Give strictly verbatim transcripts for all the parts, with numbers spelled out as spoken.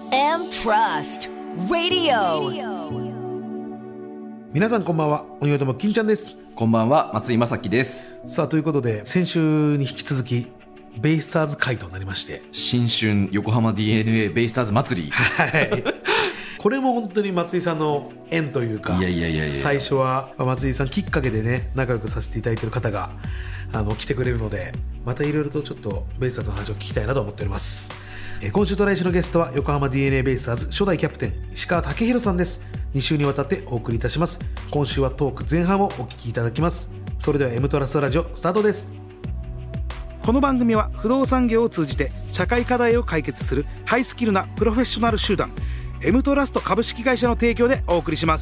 and Trust Radio。 皆さんこんばんは、おにわとも金ちゃんです。 こんばんは、松井正樹です。 さあということで、先週に引き続きベイスターズ会となりまして、 新春横浜 ディーエヌエー ベイスターズ祭りはいこれも本当に松井さんの縁というか、 いやいやいやいや、 最初は松井さんきっかけでね、仲良くさせていただいている方があの来てくれるので、またいろいろとちょっとベイスターズの話を聞きたいなと思っております。えー、今週と来週のゲストは横浜 ディーエヌエー ベイスターズ初代キャプテン石川武宏さんです。に週にわたってお送りいたします。今週はトーク前半をお聞きいただきます。それでは M トラストラジオスタートです。この番組は不動産業を通じて社会課題を解決するハイスキルなプロフェッショナル集団 M トラスト株式会社の提供でお送りします。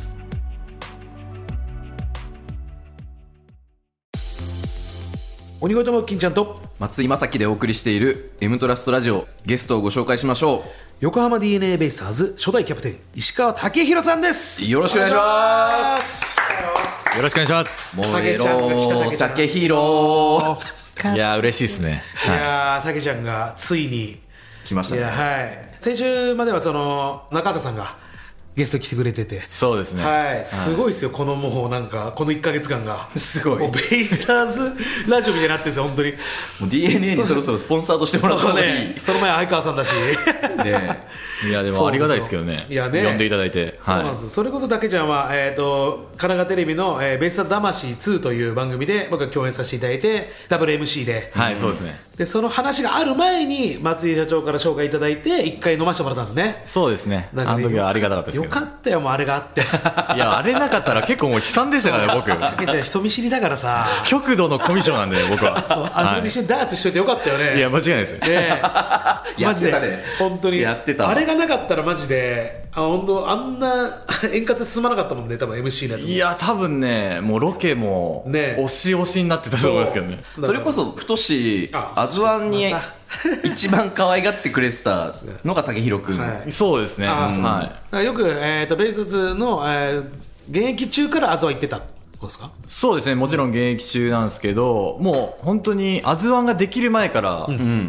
鬼越トモ金ちゃんと松井正樹でお送りしている M トラストラジオ、ゲストをご紹介しましょう。 横浜 ディーエヌエー ベイスターズ初代キャプテン石川武宏さんです。 よろしくお願いします。 よろしくお願いします。 燃えろ武宏。 いや嬉しいですね。 いやー、たけちゃんがついに来ましたね。 いや、はい、先週まではその中畑さんがゲスト来てくれてて、 そうですね、 はい、すごいですよ、このもうなんかこのいっかげつかんがすごい、 もうベイスターズラジオみたいになってるんですよ本当に。 もう ディーエヌエー にそろそろスポンサーとしてもらった方がいい。 その前相川さんだしね、 いやでもありがたいですけどね、 いやね、 呼んでいただいて。 そうなんです、はい、それこそたけちゃんは、えー、と神奈川テレビの、えー、ベイスターズ魂ツーという番組で僕が共演させていただいて ダブルエムシー で、 はい、そうですね。 でその話がある前に松井社長から紹介いただいていっかい飲ませてもらったんですね。 そうですね、あの時はありがたかったですけど。 よかったよ、もうあれがあっていや、あれなかったら結構もう悲惨でしたからね僕。 たけちゃん人見知りだからさ、 極度のコミュ障なんでね僕は。 そう、あそこで一緒にダーツしといてよかったよね。 いや間違いないですよ、 ね、マジでやってたね、 本当にやってた。 あれがなかったらマジであ本当あんな円滑進まなかったもんね、多分 エムシー のやつも。 いや多分ね、もうロケもね押し押しになってたと思いますけどね。 それこそ太しアズワンにま一番可愛がってくれてたのが武宏君、 はい、 そうですね、 あ、そう、 はい、 だからよく、えー、とベイスターズの、えー、現役中からアズワン行ってたそうですか。 そうですね、もちろん現役中なんですけど、もう本当にアズワンができる前から、うん、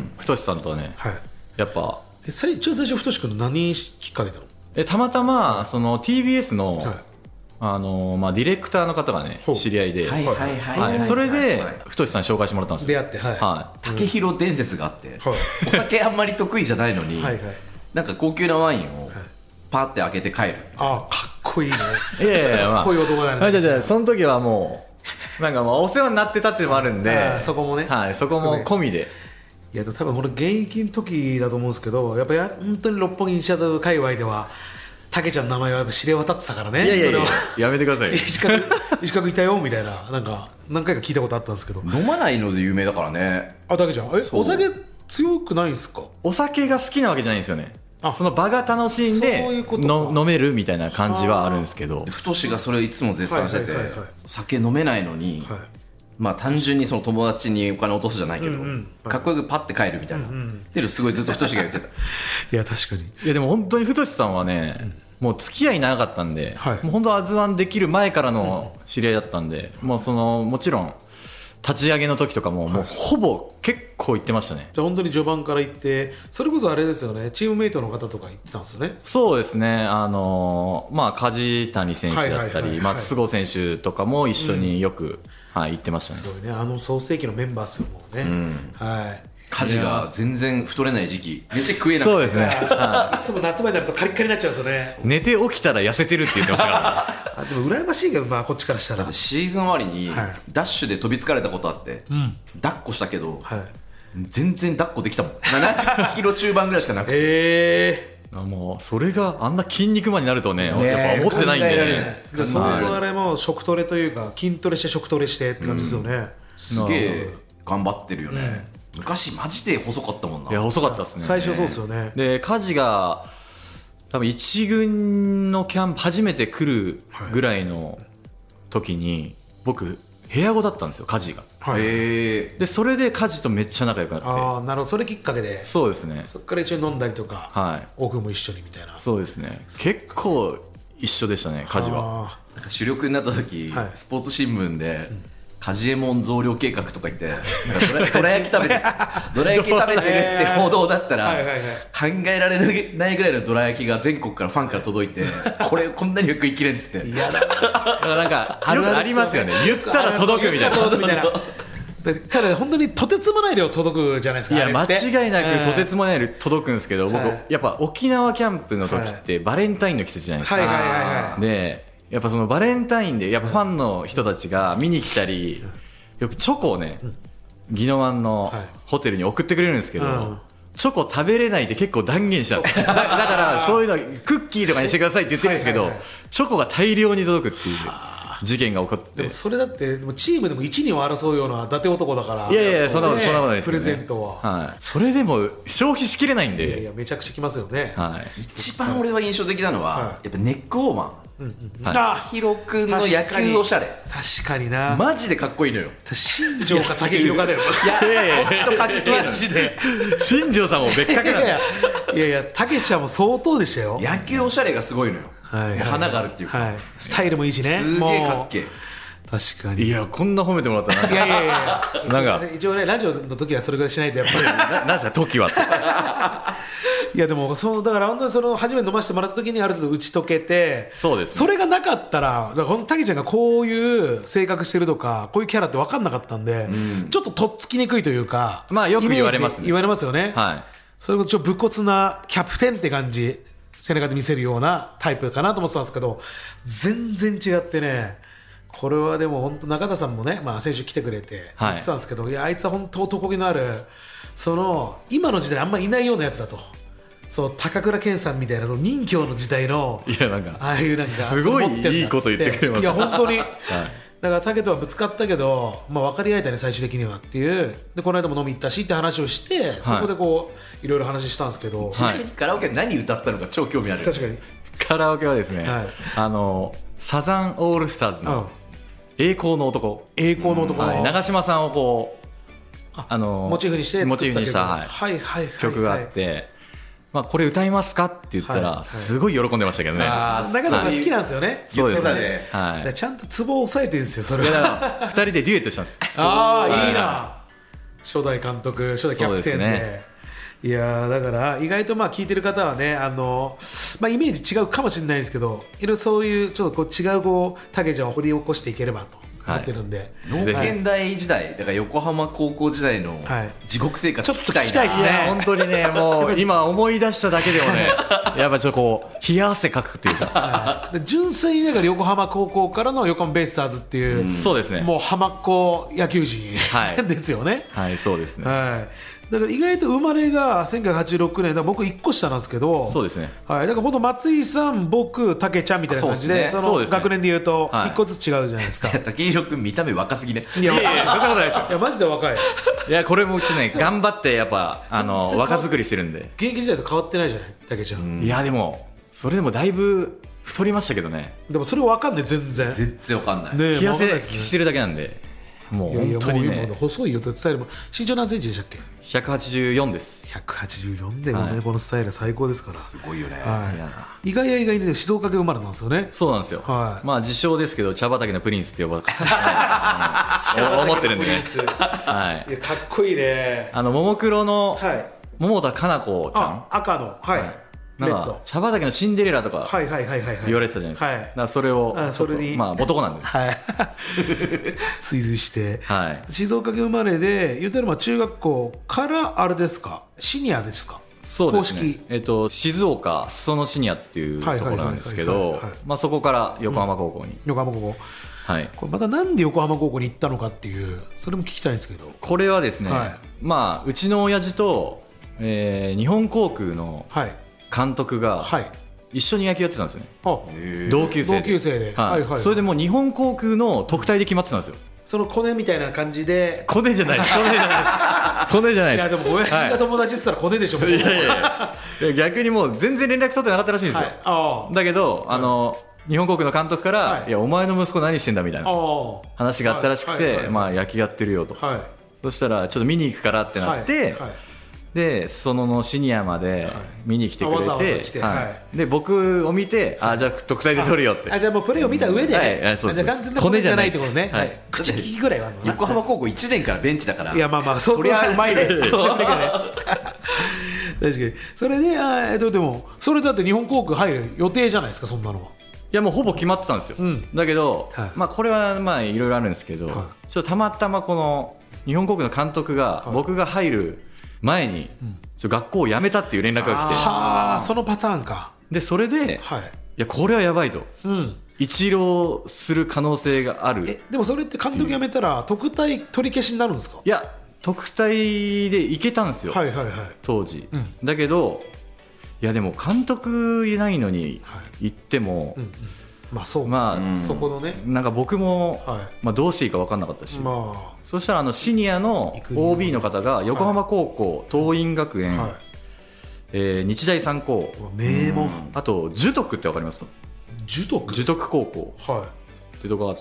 太さんとはね、はい、やっぱ最一番最初太君の何きっかけだろう。 えたまたま、はい、その ティービーエス の、はい、あのまあ、ディレクターの方がね知り合いで、それで太さんに紹介してもらったんですよ。 出会って、はいはい、武宏伝説があって、はい、お酒あんまり得意じゃないのにはい、はい、なんか高級なワインをパーって開けて帰る。 ああ、かっこいいね。 いやいやいや、まあ、 かっこいい男だね。 あ、じゃあじゃあその時はもうなんかもうお世話になってたっていうのもあるんで、 そこもね、 はい、そこも込みで。 いや、多分これ現役の時だと思うんですけど、やっぱや本当に六本木西麻布界隈ではたけちゃんの名前はやっぱ知れ渡ってたからね。 いやいやいや、やめてくださいよ。 石川石川いたよみたいな、なんか何回か聞いたことあったんですけど。 飲まないので有名だからね。 あ、たけちゃん、え、お酒強くないんですか。 お酒が好きなわけじゃないんですよね。あ、その場が楽しんでの飲めるみたいな感じはあるんですけど、 太がそれいつも絶賛してて、酒飲めないのに、はい、まあ単純にその友達にお金落とすじゃないけど、うんうん、はい、かっこよくパッて帰るみたいな、うんうん、っていうのすごいずっと太が言ってた。いや確かに。 いやでも本当に太さんはね、うん、もう付き合い長かったんで、はい、もう本当アズワンできる前からの知り合いだったんで、うん、もうそのもちろん立ち上げの時とかも、もうほぼ結構行ってましたね。 じゃあ本当に序盤から行って、それこそあれですよね、チームメイトの方とか行ってたんですよね。 そうですね、あのーまあ、梶谷選手だったり松郷選手とかも一緒によく、うん、はい、行ってましたね。 すごいね、あの創世紀のメンバーですよ、もうね、うん、はい、 梶が全然太れない時期、飯食えなくて、 そうですね、はい、 いつも夏場になるとカリッカリになっちゃうんですよね。 寝て起きたら痩せてるって言ってましたからあ、でも羨ましいけどな、こっちからしたら。 シーズン終わりにダッシュで飛びつかれたことあって、はい、抱っこしたけど、はい、全然抱っこできたもん。ななじゅっキロ中盤ぐらいしかなくて、 えー、 もうそれがあんな筋肉マンになるとね、ね、やっぱ思ってないんでね。 でそのあれも食トレというか筋トレして食トレしてって感じですよね、うん、 すげえ頑張ってるよね、うん、昔マジで細かったもんな。 いや細かったですね、 最初そうですよね。 で梶が多分一軍のキャンプ初めて来るぐらいの時に、僕部屋子だったんですよ、梶が、はい、でそれで梶とめっちゃ仲良くなって。 ああ、なるほど、それきっかけで。 そうですね、 そっから一緒に飲んだりとか、はい、オフも一緒にみたいな。 そうですね、結構一緒でしたね、梶は。 なんか主力になった時、はい、スポーツ新聞で、うん、 カジエモン増量計画とか言ってなんかどらどら焼き食べてどら焼き食べてるって報道だったらはいはいはい考えられないぐらいのどら焼きが全国からファンから届いてこれこんなによく生きれんっつっていやだだからなんかよくありますよね、言ったら届くみたいな。 届くみたいなでただ本当にとてつもない量届くじゃないですか。 いや間あれって違いなくとてつつもない量届くんですけど、僕はいやっぱ沖縄キャンプの時ってバレンタインの季節じゃないですか。 はいはいはいはいでやっぱそのバレンタインでやっぱファンの人たちが見に来たり、よくチョコをね宜野湾のホテルに送ってくれるんですけど、 うんチョコ食べれないって結構断言したんですよ。だだからそういうのクッキーとかにしてくださいって言ってるんですけど、 はいはいはいチョコが大量に届くっていう事件が起こって。 でもそれだってでもチームでもいちにんを争うような伊達男だから。 いやいやいやそんなことねそんなことないですけどねプレゼントは、 はい、それでも消費しきれないんいやいで、 やめちゃくちゃきますよね、 はい、 一番俺は印象的なのは、 はいやっぱネックウォーマンはいあヒロ君の野球おしゃれ確かにな、 マジでかっこいいのよ。 新庄か竹広かだよいやいやいやほんとかっけえのマジで新庄さんも別格なんだいやいやいやいや竹ちゃんも相当でしたよ。 野球おしゃれがすごいのよ、 はいはいもう花があるっていうか、 はい、スタイルもいいしね。 すげえかっけえ。 もう確かに。 いやこんな褒めてもらったらなんかいやいやいやなんか一応ねラジオの時はそれぐらいしないとやっぱりななんですか時はっていやでもそのだから本当にその初めて飲ませてもらった時にある程度打ち解けて、 そうですねそれがなかったらだからほんとタケちゃんがこういう性格してるとかこういうキャラって分かんなかったんで、 んちょっととっつきにくいというか、 まあよく言われますねイメージ言われますよね、 はそれこそちょっと武骨なキャプテンって感じ背中で見せるようなタイプかなと思ってたんですけど全然違ってね、これはでも本当中田さんもね、まあ、先週来てくれてはい言ってたんですけど、いやあいつは本当男気のあるその今の時代あんまいないようなやつだと、そう高倉健さんみたいな任侠の時代のいやなんかああいうなんかすごい持ってんだっつっていいこと言ってくれますいや本当に、 はいだから武とはぶつかったけど、まあ、分かり合えたね最終的にはっていうでこの間も飲み行ったしって話をして、そこでこういろいろ話したんですけど、 ちなみにカラオケで何歌ったのか超興味あるよね。 確かにカラオケはですね、 はいあのサザンオールスターズうんの栄光の男、 栄光の男の、 はい、長嶋さんをこうあのモチーフにしてモチーフにした、はいはいはいはい曲があって、まあ、これ歌いますかって言ったら、 はいはいすごい喜んでましたけどね。 あーだけど好きなんですよね、 そうですね言ってたねはいだからちゃんとツボを押さえてるんですよそれいやだはからふたりでデュエットしたんですああはいいいな初代監督初代キャプテンでそうですねいやーだから意外とまあ聞いてる方はねあの、まあ、イメージ違うかもしれないですけどいろいろそういうちょっとこう違うこうタケちゃんを掘り起こしていければと思ってるんで、 農研大時代だから横浜高校時代のはい地獄生活ちょっと聞きたいっすねいや本当にねもう今思い出しただけでもねやっぱちょっとこう冷や汗かくというかはいで純粋にだから横浜高校からの横浜ベイスターズっていう、 そうですねもう浜っ子野球人、 はいですよね。 はいそうですねはい、だから意外と生まれがせんきゅうひゃくはちじゅうろくねんだから僕いっこ下なんですけどそうですねはい、だから本当松井さん僕武ちゃんみたいな感じであそうっすねそのそうですね学年でいうとはいいっこずつ違うじゃないですか、い、 武宏君見た目若すぎね。 やいやいやそんなことないですよいやマジで若いいやこれもうちね頑張ってやっぱあの全然若作りしてるんで、 現役時代と変わってないじゃない武ちゃん、 いやでもそれでもだいぶ太りましたけどねでもそれ分かんない全然全然わかんない。 ねえ冷やわかんないですね汗してるだけなんでもういやいや本当にもう今ね細いよって伝えるも身長何センチでしたっけひゃくはちじゅうよんですひゃくはちじゅうよんでもね、 はいこのスタイル最高ですから、 すごいよね。 はいいや意外や意外に静岡県生まれなんですよね。 そうなんですよ、 はいまあ自称ですけど茶畑のプリンスって呼ばれて、はい、思ってるんでね、はいいやかっこいいね。 あのももクロのはい。 桃田かな子ちゃん、 あ赤のはい。 なんかレッド。 茶畑のシンデレラとかはいはいはいはいはい。 言われてたじゃないですか、 はいだからそれをあそれにちょっとまあ男なんで、 はい。追随して。 はい、 静岡県生まれで言うたらまあ中学校からあれですかシニアですか。 そうですね公式。 えっと、静岡裾野シニアっていうところなんですけどはいはいはいはいはいまあそこから横浜高校に、 横浜高校。 はい、 これまたなんで横浜高校に行ったのかっていうそれも聞きたいんですけど。 これはですね、 はいまあうちの親父と、えー日本航空のはい監督がはい。 一緒に野球やってたんですね、 あへー同級生で同級生で。 はいはいはい。 それでもう日本航空の特待で決まってたんですよ。 そのコネみたいな感じで。 コネじゃないですコネじゃないですコネじゃないですいやでも親父が友達って言ってたらコネでしょ。もういやいやいやいや逆にもう全然連絡取ってなかったらしいんですよ、 はい。ああ。 だけど、あの日本航空の監督から、 はいい、やお前の息子何してんだみたいなああ。 話があったらしくて、 はいはいはいまあ、野球やってるよと、 はい。 そしたらちょっと見に行くからってなって、 はいはいでそのシニアまで見に来てくれて、 はい、わざわざ来て、 はいはい、 で僕を見て、あじゃあ特待で取るよって、 あじゃあもうプレーを見た上で、 はいはい、そうそうじゃあ完全な骨じゃないってことね、はい、口利きぐらいはあるのな。 横浜高校いちねんからベンチだから、 いやまあまあそりゃうまいね確かに。それで、あえっとでもそれだって日本航空入る予定じゃないですか、そんなのは。 いやもうほぼ決まってたんですよ、うん、だけど、はい、まあこれはまあいろいろあるんですけど、はい、ちょっとたまたまこの日本航空の監督が僕が入る前にちょ学校を辞めたっていう連絡が来て、 ああそのパターンか。 でそれで、はい、いやこれはやばいと、うん、一浪する可能性がある。 えでもそれって監督辞めたら特待取り消しになるんですか？ いや特待で行けたんですよ、はいはいはい、当時、うん、だけどいやでも監督いないのに行っても、はいうんうん、 まあそうまあ、 うん、そこのねなんか僕も、はいまあ、どうしていいか分かんなかったし、まあ、そしたらあのシニアの オービー の方が横浜高校、はい、桐蔭学園、はいえー、日大三高名門、 あと樹徳って分かりますか？ 樹徳樹徳高校、はい、ってとこがあって、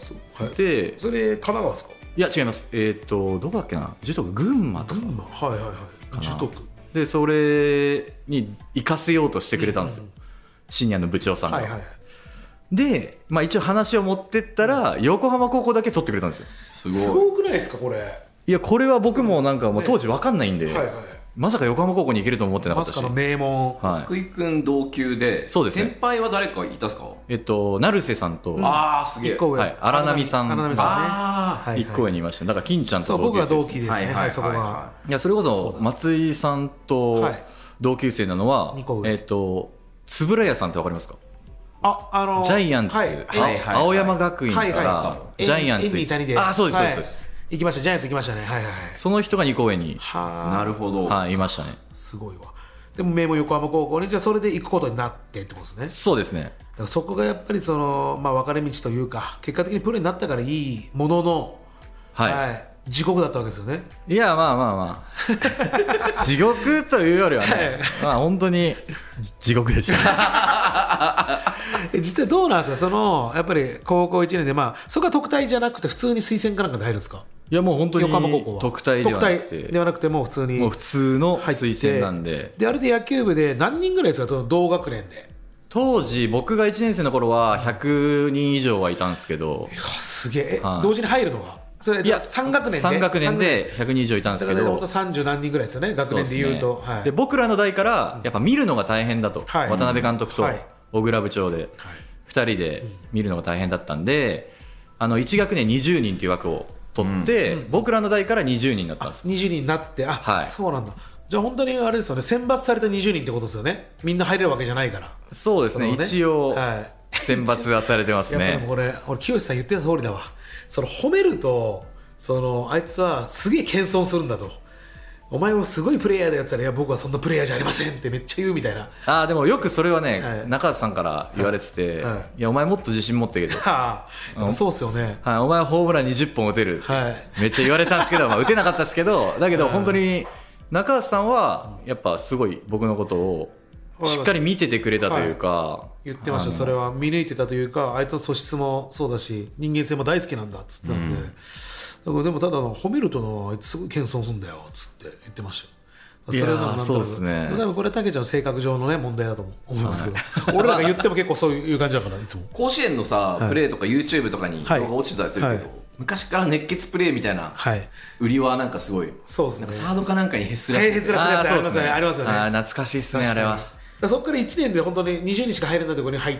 はい、 それ神奈川ですか？ いや違います、えー、とどこだっけな、樹徳群馬とか、 群馬はいはいはい樹徳でそれに行かせようとしてくれたんですよ、うん、シニアの部長さんが、はいはい、で、まあ、一応話を持ってったら横浜高校だけ取ってくれたんですよ。 すごいすごくないですかこれ。 いやこれは僕もなんかもう当時分かんないんで、ねはいはい、まさか横浜高校に行けると思ってなかったし、 まさかの名門、 はい、福井君同級で、そうですね、先輩は誰かいたんですか？ えっと成瀬さんと、うん、 ああすげえ、 はい、荒波さんがいっこ上にいました。だから金ちゃんと同級生です。そう僕は同期ですね、はいはいはいはい、そこがいやそれこそ松井さんと同級生なのは、はい、えっと円谷さんって分かりますか？ ああのー、 ジャイアンツ、はいはいはい、青山学院から、はいはい、ジャイアンツ、あそうですそうです、はい行きました、ジャイアンツ行きましたね、はいはいはい、 その人がにこ上になるほど、 はい、いましたね。 すごいわ。でも名門横浜高校にじゃあそれで行くことになってってことですね。 そうですね。だからそこがやっぱりその、まあ、分かれ道というか結果的にプロになったからいいものの、はいはい、地獄だったわけですよね。 いやまあまあまあ地獄というよりはね、はい、まあ本当に地獄でした実際どうなんですか、そのやっぱり高校いちねんで、まあ、そこは特待じゃなくて普通に推薦かなんかで入るんですか？ いやもう本当に特待ではなくて、 ではなくてもう普通にもう普通の推薦なんで、 であれで野球部で何人ぐらいですか、その同学年で。 当時僕がいちねん生の頃はひゃくにん以上はいたんですけど、 いやすげえ、はい、同時に入るのはそれいやさん学年でさん学年でひゃくにん以上いたんですけど、 本当さんじゅう何人ぐらいですよね、学年でいうと。 で、はい、で僕らの代からやっぱ見るのが大変だと、はい、渡辺監督と小倉部長でふたりで見るのが大変だったんで、あのいち学年にじゅうにんという枠を取って、うん、僕らの代からにじゅうにんになったんです。 にじゅうにんになって、あ、はい、そうなんだ。じゃあ本当にあれですよね、選抜されたにじゅうにんってことですよね。みんな入れるわけじゃないから。 そうですね、ね一応、はい、選抜はされてますね。 やっぱりこれ俺清さん言ってた通りだわ。その褒めるとそのあいつはすげえ謙遜するんだと、お前はすごいプレイヤーだやつら、いや僕はそんなプレイヤーじゃありませんってめっちゃ言うみたいな。 あでもよくそれはね、はい、中畑さんから言われてて、はいはい、いやお前もっと自信持ってけとはあ、そうっすよね、 はい、お前はホームランにじゅっぽん打てる、はい、めっちゃ言われたんですけど、まあ、打てなかったですけど、だけど本当に中畑さんはやっぱすごい僕のことをしっかり見ててくれたというか、はい、 言ってました。それは見抜いてたというか、あいつの素質もそうだし人間性も大好きなんだっつってたんで、うん、でもただの褒めるとのあいつすごい謙遜するんだよっつって言ってましたよ。それはそうですね。 多分これは竹ちゃんの性格上の、ね、問題だと思いますけど、はい、俺らが言っても結構そういう感じだからいつも甲子園のさ、はい、プレーとか YouTube とかに動画落ちてたりするけど、はい、昔から熱血プレーみたいな売りはなんかすごい、そうですね、なんかサードかなんかにへっすらして、 へっすらするやつありますよね、ありますよね。 あ懐かしいですね、あれは。 そこからいちねんで本当ににじゅうにんしか入れないところに入って、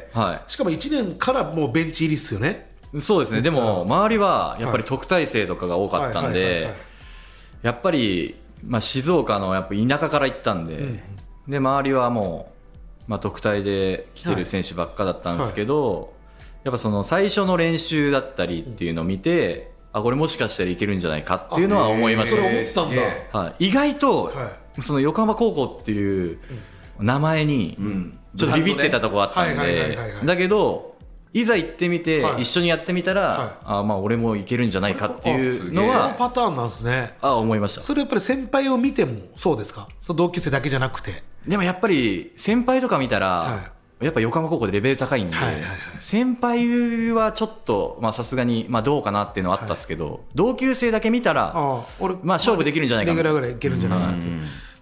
はい、しかもいちねんからもうベンチ入りっすよね。 そうですね。でも周りはやっぱり特待生とかが多かったんで、やっぱりまあ、静岡のやっぱ田舎から行ったんで、うん、で周りはもう、まあ、特待で来てる選手ばっかだったんですけど、はいはい、やっぱその最初の練習だったりっていうのを見て、うん、あこれもしかしたらいけるんじゃないかっていうのは思いました。 それ思ったんだ、 はい、意外と、はい、その横浜高校っていう名前にちょっとビビってたとこあったんで、だけどいざ行ってみて、はい、一緒にやってみたら、はい、あまあ俺もいけるんじゃないかっていうのはそのパターンなんですね。 あ思いました。 それやっぱり先輩を見てもそうですか、その同級生だけじゃなくて。 でもやっぱり先輩とか見たら、はい、やっぱ横浜高校でレベル高いんで、はいはいはい、先輩はちょっとさすがにまあどうかなっていうのはあったんですけど、はい、同級生だけ見たらあ俺、まあ、勝負できるんじゃないかな、 レギュラーぐらいいけるんじゃないかなって。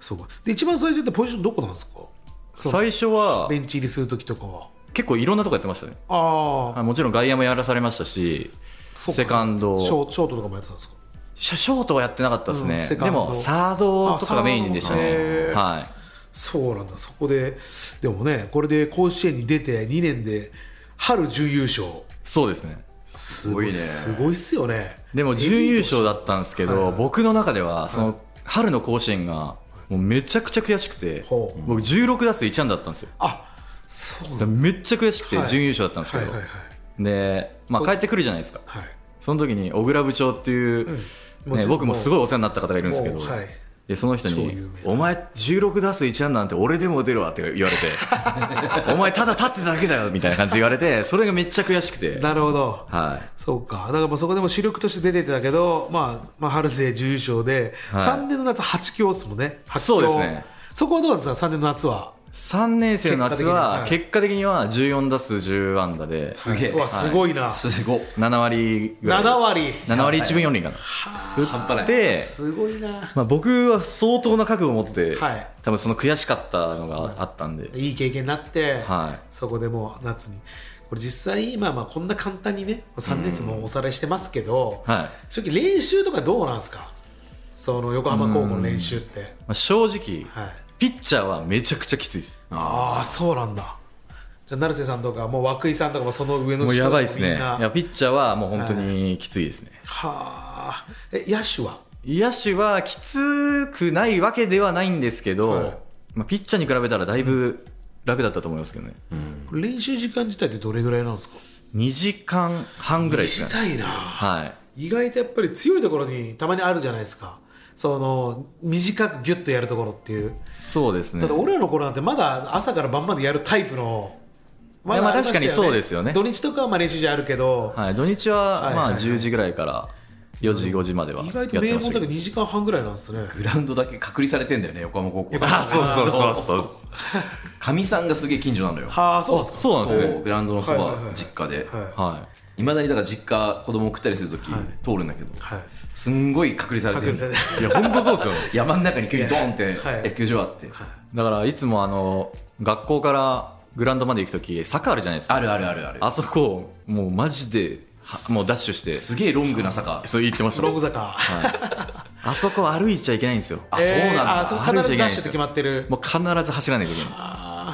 そうか。で一番最初ってポジションどこなんですか？ 最初はベンチ入りする時とかは結構いろんなとこやってましたね。 ああ、 もちろん外野もやらされましたし、セカンド、 ショートとかもやってたんですか？ ショートはやってなかったですね、 うん、 でもサードとかがメインでしたね。はい、 そうなんだ。そこででもね、これで甲子園に出てにねんで春準優勝。 そうですね、 すごいね、すごいっすよね。 でも準優勝だったんですけど、はいはい、僕の中ではその春の甲子園がもうめちゃくちゃ悔しくて、はい、僕じゅうろくだすういちあんだったんですよ。あ、そうだ。めっちゃ悔しくて準優勝だったんですけど、はいはいはいはい、で、まあ、帰ってくるじゃないですか、はい、その時に小倉部長っていう、うんね、僕もすごいお世話になった方がいるんですけど、はい、でその人にお前じゅうろくだすういちあんなんて俺でも打てるわって言われてお前ただ立ってただけだよみたいな感じで言われて、それがめっちゃ悔しくて。なるほど、はい、そうか。だからもうそこでも主力として出てたけど、まあ、まあ春で準優勝で、はい、さんねんの夏はち強ですもんね。はち強。そうですね。そこはどうですか？さんねんの夏は。さんねん生の夏は結果的にはじゅうよんだすうじゅうあんだで、すげえ、はい、すごいな、すごいななわりぐらい、ななわりななわりいちぶんよんりんかな、打って、すごいな、まあ、僕は相当な覚悟を持って、はい、多分その悔しかったのがあったんで、いい経験になって、はい、そこでもう夏にこれ実際今まあこんな簡単にねさんねん生もおさらいしてますけど、はい、正直練習とかどうなんですか？その横浜高校の練習って。まあ、正直、はい、ピッチャーはめちゃくちゃきついです。ああ、そうなんだ。じゃあ成瀬さんとかもう涌井さんとかもその上の人もみんなもうやばいですね。いやピッチャーはもう本当にきついですね。はあ。え、野手は？野手はきつくないわけではないんですけど、はい、まあ、ピッチャーに比べたらだいぶ楽だったと思いますけどね。うん、練習時間自体ってどれぐらいなんですか？にじかんはんぐらいですね。短いな。はい。意外とやっぱり強いところにたまにあるじゃないですか。その短くギュッとやるところっていう。そうですね。だって俺らの頃なんてまだ朝から晩までやるタイプの、まだありましたよね。まあ確かにそうですよね。土日とかはまあ練習じゃあるけど、はい、土日はまあじゅうじぐらいからよじごじまではやってましたけど、意外と名門だけにじかんはんぐらいなんですね。グラウンドだけ隔離されてんだよね、横浜高校。あ、そうそうそうそうかみさんがすげえ近所なのよ。はあ、そうなんですか。そうなんですね。グラウンドのそば、実家で、はい、いまだにだから実家子供送ったりするとき、はい、通るんだけど、はい、すんごい隔離されてる。いや本当そうですよ。山の中に急にドーンって野球場あって、はい、だからいつもあの学校からグラウンドまで行くとき坂あるじゃないですか。あるあるあるある。あそこもうマジでもうダッシュして、すげえロングな坂、そう言ってました。ロング坂、はい、あそこ歩いちゃいけないんですよ。あ、そうなんだ。あそこ必ずダッシュって決まってる。もう必ず走らないといけない。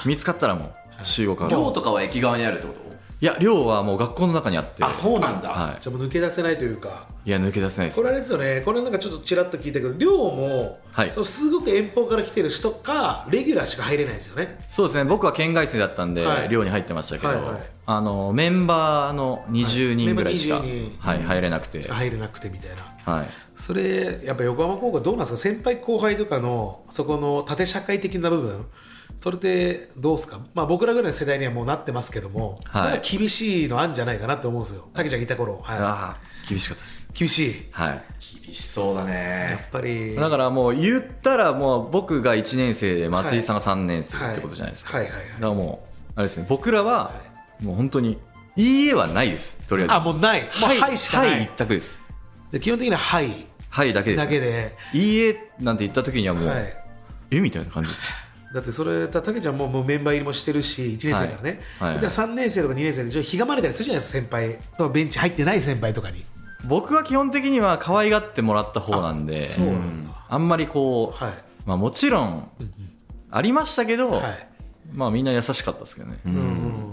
見つかったらもう集合から。寮とかは駅側にあるってこと？いや、寮はもう学校の中にあって。あ、そうなんだ、はい、じゃあもう抜け出せないというか。いや、抜け出せないです。これあれですよね、これなんかちょっとちらっと聞いたけど、寮も、はい、そのすごく遠方から来てる人かレギュラーしか入れないんですよね。そうですね、僕は県外生だったんで、はい、寮に入ってましたけど、はいはい、あのメンバーのにじゅうにんぐらいしか、はいはい、入れなくて、入れなくてみたいな、はい、それやっぱ横浜高校どうなんですか？先輩後輩とかのそこの縦社会的な部分、それでどうですか？まあ、僕らぐらいの世代にはもうなってますけども、はい、まだ厳しいのあるんじゃないかなと思うんですよ。たけちゃんがいた頃、はい、あ厳しかったです。厳しい、はい、厳しそうだね。やっぱりだからもう言ったらもう僕がいちねん生で松井さんがさんねん生ってことじゃないですか。はいはいはいはい、だからもうあれですね、僕らはもう本当にいいえはないです。とりあえずあもうない、もうはいしかない、はい一択です。で基本的にははいはいだけです、ね、だけでいいえなんて言った時にはもう、はい、えみたいな感じです。だってそれたけちゃんももうメンバー入りもしてるしいちねん生からね、はいはいはい、さんねん生とかにねん生でひがまれたりするじゃないですか、先輩のベンチ入ってない先輩とかに。僕は基本的には可愛がってもらった方なんで、 あ, そうなんだ、あんまりこう、はい、まあ、もちろんありましたけど、はい、まあみんな優しかったですけどね、うんうん、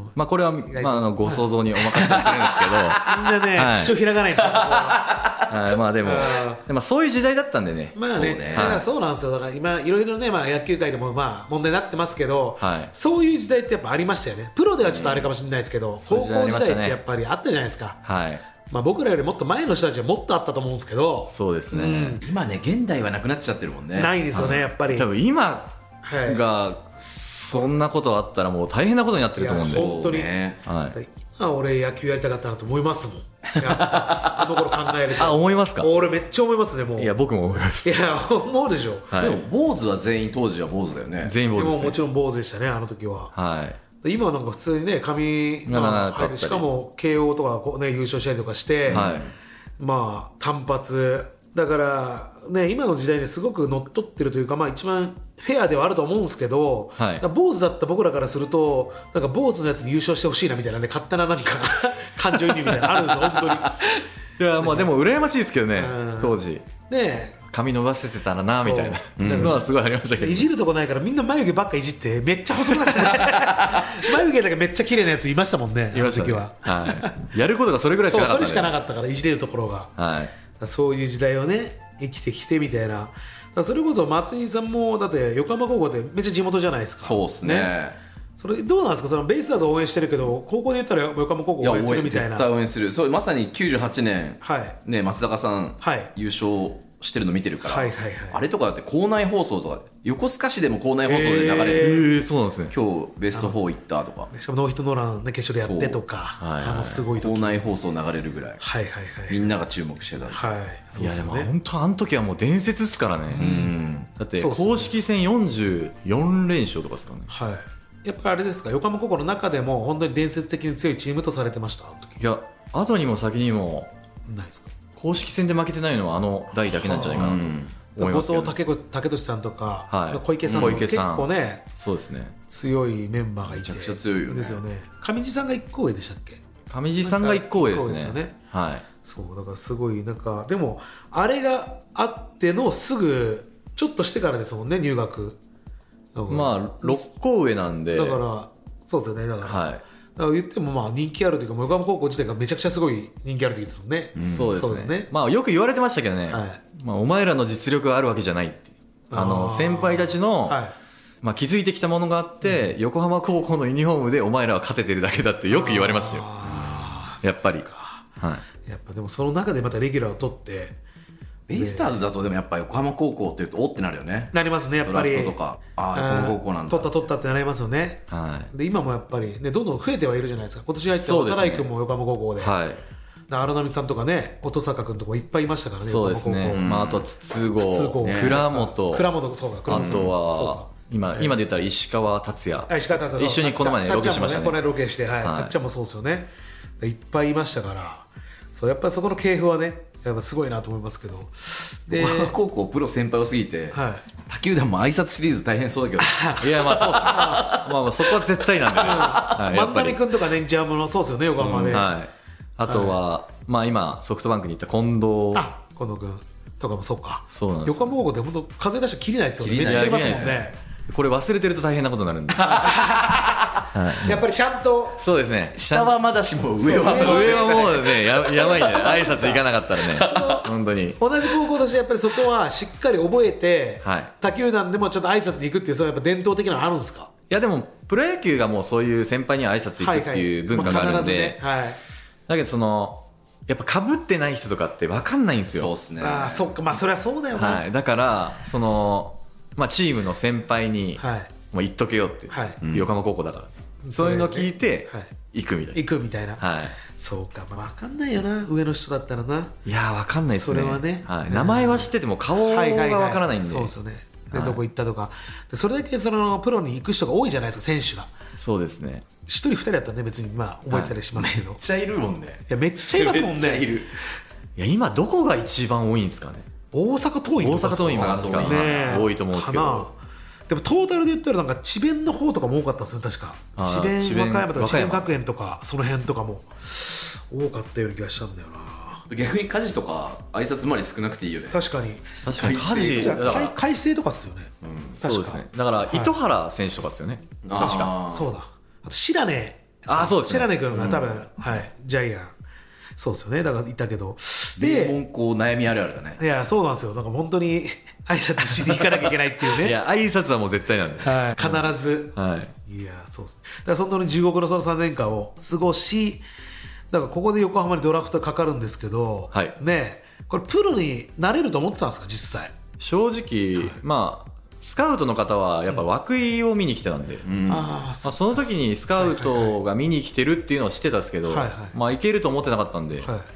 まあこれは、まあ、あのご想像にお任せしてるんですけどみんなね、はい、口を開かないんですよはい、まあでもでもそういう時代だったんでね。まあね、ね、だからそうなんですよ。だから今いろいろね、まあ、野球界でもまあ問題になってますけど、はい、そういう時代ってやっぱありましたよね。プロではちょっとあれかもしれないですけど、うん、高校時代ってやっぱりあったじゃないですか。はい、まあ、僕らよりもっと前の人たちはもっとあったと思うんですけど。そうですね、うん、今ね現代はなくなっちゃってるもんね。ないですよね、やっぱり。多分今がそんなことあったらもう大変なことになってると思うんで。本当に、ね、はい、今俺野球やりたかったなと思いますもんあの頃考えると。あ、思いますか？俺めっちゃ思いますね。もういや僕も思います。いや思うでしょ、はい、でも坊主は全員当時は坊主だよね。全員坊主ですね。でももちろん坊主でしたね、あの時は。はい、今はなんか普通にね髪が生えて、しかも慶応とかこう、ね、優勝したりとかして、はい、まあ単発だからね今の時代にすごく乗っ取ってるというか、まあ、一番フェアではあると思うんですけど、はい、坊主だった僕らからするとなんか坊主のやつに優勝してほしいなみたいなね勝手な何か感情移入みたいなのあるんですよ本当に。 いやまあでも羨ましいですけどね当時ね髪伸ばしてたらなみたいなのはすごいありましたけど、 いじるとこないからみんな眉毛ばっかいじってめっちゃ細くなって眉毛だけめっちゃ綺麗なやついましたもんね。 いましたね、 あの時は、 はい、やることがそれぐらいしかなかった、 そうそれしかなかったからいじれるところが、はい、そういう時代をね生きてきてみたいな。それこそ松井さんもだって横浜高校ってめっちゃ地元じゃないですか。 そうですね。 ねそれどうなんですか、そのベイスターズを応援してるけど高校で言ったら横浜高校を応援するみたいな。 絶対応援する。そうまさにきゅうじゅうはちねん、はいね、松坂さん、はい、優勝してるの見てるから、はいはいはい、あれとかだって校内放送とか横須賀市でも校内放送で流れる、えー、そうなんですね。 今日ベストフォー行ったとか、 しかもノーヒットノーラン、ね、決勝でやってとか、はいはい、あのすごい時校内放送流れるぐらい、 はいはいはい、みんなが注目してた、 はい、 そうですよね。いやでも本当あの時はもう伝説ですからね。うん、だって公式戦よんじゅうよんれん勝とかですからね。 はい、やっぱりあれですか、横浜高校の中でも本当に伝説的に強いチームとされてました。あの時いや後にも先にもないですか。 公式戦で負けてないのはあの代だけなんじゃないかなと思いますけど、ね、 後藤武俊さんとか、はい、小池さんも結構ね、 そうですね、 強いメンバーがいて、 めちゃくちゃ強いよね。 ですよね。上地さんがいっこ上でしたっけ。 上地さんがいっこ上です ね, ですよね、 はい、 そうだからすごいなんかでもあれがあってのすぐちょっとしてからですもんね入学。 まあろっこ上なんで、 だからそうですよね。だから、はい、だから言ってもまあ人気あるというか横浜高校自体がめちゃくちゃすごい人気ある時ですもんね、 うん、そうですね。そうですね、まあ、よく言われてましたけどね、はい、まあ、お前らの実力があるわけじゃないって、あの先輩たちの、はい、まあ、気づいてきたものがあって、うん、横浜高校のユニフォームでお前らは勝ててるだけだってよく言われましたよ。やっぱり、 はい、やっぱでもその中でまたレギュラーを取ってベイスターズだとでもやっぱ横浜高校っていうとおってなるよね。 なりますねやっぱり。 ドラフトとかああ横浜高校なんだ取った取ったってなりますよね、はい、で今もやっぱり、ね、どんどん増えてはいるじゃないですか。今年入って渡来君も横浜高校で、はい、荒波さんとかね音坂君とかもいっぱいいましたからね。 そうですね、うん、まあ、あと筒香、ね、倉本倉本そうか倉本あとは今、はい、今で言ったら石川達也、 石川達也一緒にこの前ロケしましたね。 このロケして、はい、はい、たっちゃんもそうですよね。いっぱいいましたから、そうやっぱりそこの系譜はねやっぱすごいなと思いますけど。 で横浜高校プロ先輩多すぎて、はい、他球団も挨拶シリーズ大変そうだけどいやまあそうですねまあまあそこは絶対なんでね、 はい、万波君とかね日ハムのそうですよね横浜で、うん、はい、 あとは、はい、まあ今ソフトバンクに行った近藤あ近藤君とかもそうか。 そうなんです。 横浜高校で本当風出したら切りないですよね。めっちゃいますもんね。 これ忘れてると大変なことになるんではい、やっぱりちゃんとそうですね。 下はまだしも上は上はもうね や, やばいね挨拶行かなかったらね本当に同じ高校としてやっぱりそこはしっかり覚えて、はい、他球団でもちょっと挨拶に行くっていうそうやっぱ伝統的なのあるんですか。 いやでもプロ野球がもうそういう先輩に挨拶行くっていう文化があるんで、はいはい、まあね、はい、だけどそのやっぱ被ってない人とかって分かんないんですよ。 そうですね。 あそっか、まあそれはそうだよね、 はい、だからその、まあ、チームの先輩に、はい、もう言っとけよって、はい、横浜高校だから、うん、そういうのを聞いて、はい、行くみたいな行くみたいな、はい、そうか、まあ、分かんないよな上の人だったらな。 いや分かんないですね。 それはね、 はい、名前は知ってても顔が分からないんで、 そうですよね。でどこ行ったとかでそれだけそのプロに行く人が多いじゃないですか選手が。 そうですね。 一人二人だったらね別にまあ覚えてたりしますけど、 はい、めっちゃいるもんね。 いやめっちゃいますもんね。めっちゃいる。 いや今どこが一番多いんですかね。 大阪桐蔭大阪桐蔭が確か、ね、多いと思うんですけど、 でもトータルで言ったらなんか智弁の方とかも多かったですね確か。智弁和歌山とか智弁学園とかその辺とかも多かったような気がしたんだよな。 逆に家事とか挨拶回り少なくていいよね。 確かに確かに家事改正とかっすよね、 うん、そうですね。だから糸原選手とかっすよね、はい、確か。 そうだ。あと白根あそうですね。 白根君が多分、うん、はい、ジャイアンそうですよね。だからいたけどで名門校悩みあるあるだね。 いやそうなんですよ。なんか本当に挨拶しに行かなきゃいけないっていうねいや挨拶はもう絶対なんで、 はい、必ず、はい、いやそうですね。だからその地獄のそのさんねんかんを過ごし、だからここで横浜にドラフトかかるんですけど、はい、ねこれプロになれると思ってたんですか実際。 正直、はい、まあスカウトの方はやっぱ涌井を見に来てたんで、うん、あまあ、その時にスカウトが見に来てるっていうのは知ってたんですけど、はいはいはい、まあいけると思ってなかったんで、はい、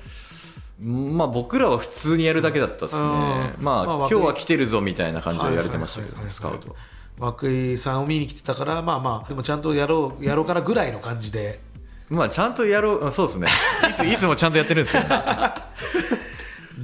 まあ僕らは普通にやるだけだったですね。あまあ、まあ、今日は来てるぞみたいな感じでやれてましたけど、スカウトは涌井さんを見に来てたから、まあまあでもちゃんとやろうやろうかなぐらいの感じで、まあちゃんとやろう、そうですねいついつもちゃんとやってるんですけど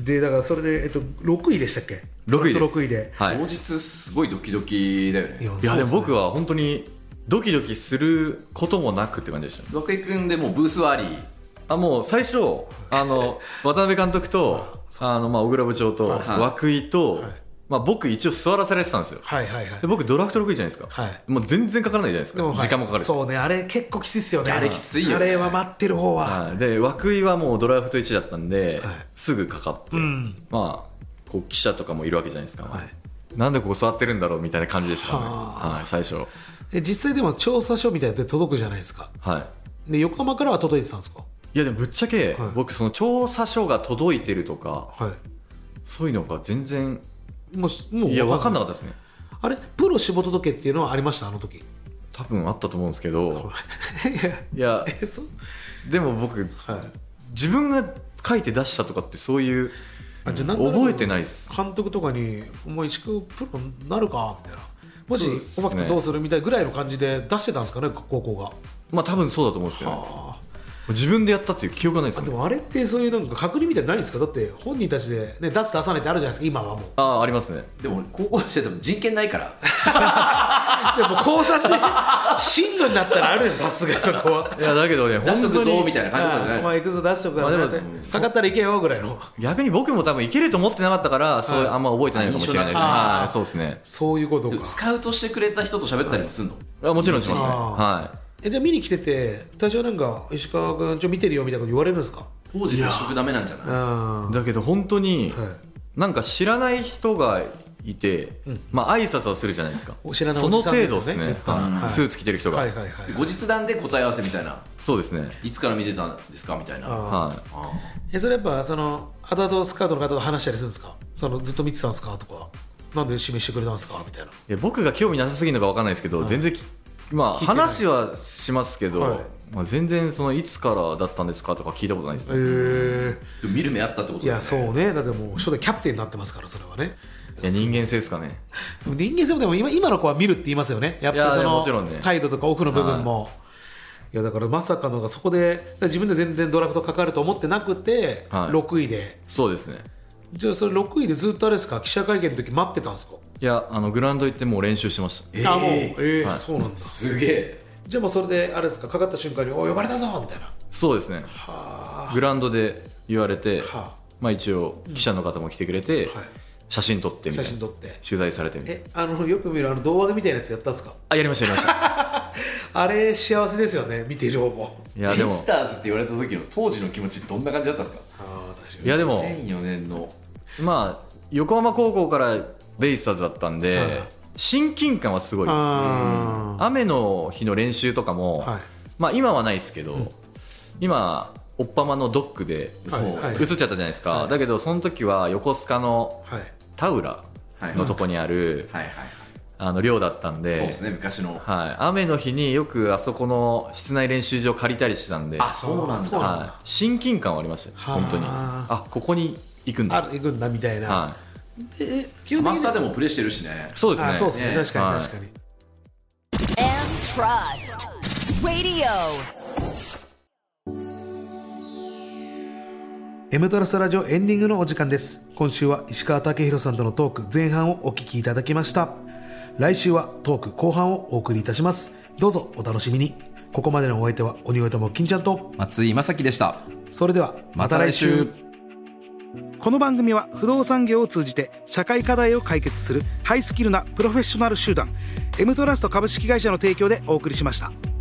でだからそれで、えっと、ろくいでしたっけ。 ろくいです。 ろくいで、 はい、当日すごいドキドキだよね。 いや、いやでも僕は本当にドキドキすることもなくって感じでした。 涌井君でもうブースはあり、 あもう最初あの渡辺監督とあの、まあ、小倉部長と涌井と、はいまあ、僕一応座らされてたんですよ、はいはいはい、で僕ドラフトろくいじゃないですか、はい、もう全然かからないじゃないですか、はい、時間もかかるし、 そうね、あれ結構きついっすよね。 あれきついよね。 あれは待ってる方は、 はい、で涌井はもうドラフトいちだったんで、はい、すぐかかって、うん、まあこう記者とかもいるわけじゃないですか、はい、なんでここ座ってるんだろうみたいな感じでしたね、はい、最初。 で実際でも調査書みたいなの届くじゃないですか、はい、で横浜からは届いてたんですか。 いやでもぶっちゃけ、はい、僕その調査書が届いてるとか、はい、そういうのが全然もうもういや分かんなかったですね。 あれプロ志望届っていうのはありましたあの時。 多分あったと思うんですけどいやえそでも僕、はい、自分が書いて出したとかってそういうあじゃあ覚えてないです。 監督とかにお前石川プロになるかみたいな、もしうまくてどうするみたいぐらいの感じで出してたんですかね高校が。 まあ多分そうだと思うんですけど、ね、自分でやったっていう記憶がないですか、ね、 あでもあれってそういうなんか確認みたいなないんですか。だって本人たちで、ね、出す出さないってあるじゃないですか今はもう。 ああありますね。 でも高校生でも人権ないからでも高さんで進路になったらあるでしょさすがそこは。 いやだけどね出しとくぞみたいな感じじゃない。 お前行くぞ出しとくから、まあ、かかったら行けよぐらいの。 逆に僕も多分行けると思ってなかったから、はい、そうあんま覚えてないのかもしれないですね。はい、そうですね。 そういうことか。 スカウトしてくれた人と喋ったりもするの、 はい、あもちろんしますね。はいえじゃあ見に来てて最初なんか石川君ちょ見てるよみたいなこと言われるんですか。 当時接触ダメなんじゃない。 だけど本当に、はい、なんか知らない人がいて、うん、まあ挨拶はするじゃないですか。 知らないその程度ですね、はい、スーツ着てる人が、はいはいはいはい、 後日談で答え合わせみたいな。 そうですね。 いつから見てたんですかみたいな。 はい、えそれやっぱその後々スカウトの方と話したりするんですか。そのずっと見てたんですかとかなんで指名してくれたんですかみたいな。いや僕が興味なさすぎるのか分かんないですけど、はい、全然まあ話はしますけど、はいまあ、全然そのいつからだったんですかとか聞いたことないですね。へーでも見る目あったってことだよね。 いやそうね。だってもう初代キャプテンになってますからそれはね。 いや人間性ですかね。 でも人間性もでも 今, 今の子は見るって言いますよね。やっぱりその、ね、態度とかオフの部分も、はい、いやだからまさかのがそこで自分で全然ドラフトかかると思ってなくて、はい、ろくいで。 そうですね。 じゃあそれろくいでずっとあれですか記者会見の時待ってたんですか。 いやあのグラウンド行ってもう練習してました。 えー、あもうえーはい、そうなんだ。 すげえ。じゃあもうそれであれですかかかった瞬間にお呼ばれたぞみたいな。 そうですね。はグラウンドで言われて、はまあ、一応記者の方も来てくれて、うんはい、写真撮ってみたいな。写真撮って取材されてみたいな。 えあのよく見るあの動画みたいなやつやったんですか。 あやりましたやりましたあれ幸せですよね見てる方も。 いやでもベイスターズって言われた時の当時の気持ちどんな感じだったんですか。 あ確かに。 いやでもにせんよねんのまあ横浜高校からベイスターズだったんで、はい親近感はすごい。雨の日の練習とかも、はいまあ、今はないですけど、うん、今オッパマのドックでそう、はい、映っちゃったじゃないですか、はい、だけどその時は横須賀の田浦のとこにある、はいはいはい、あの寮だったんで、 そうですね昔の、 はい、雨の日によくあそこの室内練習場借りたりしてたんで、 あそうなんだ、はい、 親近感はありました本当に。あここに行くんだあ行くんだみたいな、はいで基本的にマスターでもプレイしてるしね。 そうですね。 そうですね。確かに確かに。 Trust Radio。 M トラストラジオエンディングのお時間です。今週は石川武弘さんとのトーク前半をお聞きいただきました。来週はトーク後半をお送りいたします。どうぞお楽しみに。ここまでのお相手は鬼越とも金ちゃんと松井正樹でした。 それではまた来週。この番組は不動産業を通じて社会課題を解決するハイスキルなプロフェッショナル集団 M トラスト株式会社の提供でお送りしました。